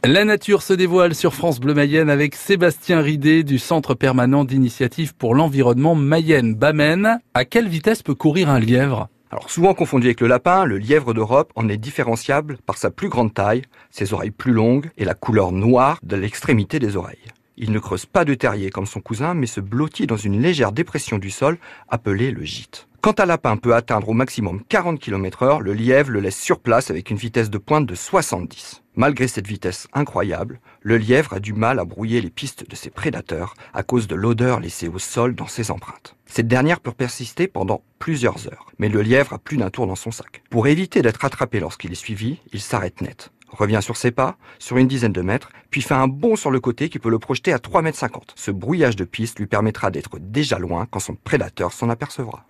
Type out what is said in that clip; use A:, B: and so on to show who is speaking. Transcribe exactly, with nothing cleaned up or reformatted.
A: La nature se dévoile sur France Bleu Mayenne avec Sébastien Ridé du Centre permanent d'initiative pour l'environnement Mayenne-Bamène. À quelle vitesse peut courir un lièvre ?
B: Alors souvent confondu avec le lapin, le lièvre d'Europe en est différenciable par sa plus grande taille, ses oreilles plus longues et la couleur noire de l'extrémité des oreilles. Il ne creuse pas de terrier comme son cousin, mais se blottit dans une légère dépression du sol appelée le gîte. Quand un lapin peut atteindre au maximum quarante kilomètres heure, le lièvre le laisse sur place avec une vitesse de pointe de soixante-dix. Malgré cette vitesse incroyable, le lièvre a du mal à brouiller les pistes de ses prédateurs à cause de l'odeur laissée au sol dans ses empreintes. Cette dernière peut persister pendant plusieurs heures, mais le lièvre a plus d'un tour dans son sac. Pour éviter d'être attrapé lorsqu'il est suivi, il s'arrête net, revient sur ses pas, sur une dizaine de mètres, puis fait un bond sur le côté qui peut le projeter à trois mètres cinquante. Ce brouillage de piste lui permettra d'être déjà loin quand son prédateur s'en apercevra.